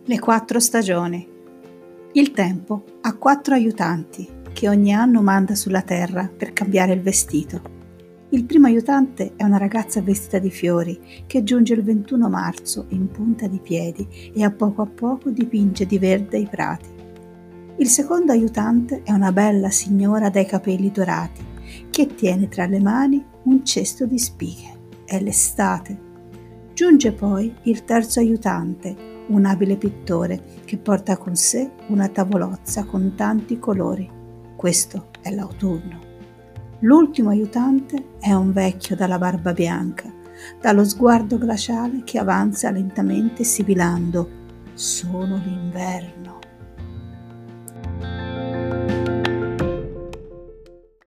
Le 4 stagioni. Il tempo ha 4 aiutanti che ogni anno manda sulla terra per cambiare il vestito. Il primo aiutante è una ragazza vestita di fiori che giunge il 21 marzo in punta di piedi e a poco dipinge di verde i prati. Il secondo aiutante è una bella signora dai capelli dorati che tiene tra le mani un cesto di spighe. È l'estate. Giunge poi il terzo aiutante, un abile pittore che porta con sé una tavolozza con tanti colori. Questo è l'autunno. L'ultimo aiutante è un vecchio dalla barba bianca, dallo sguardo glaciale che avanza lentamente sibilando: sono l'inverno.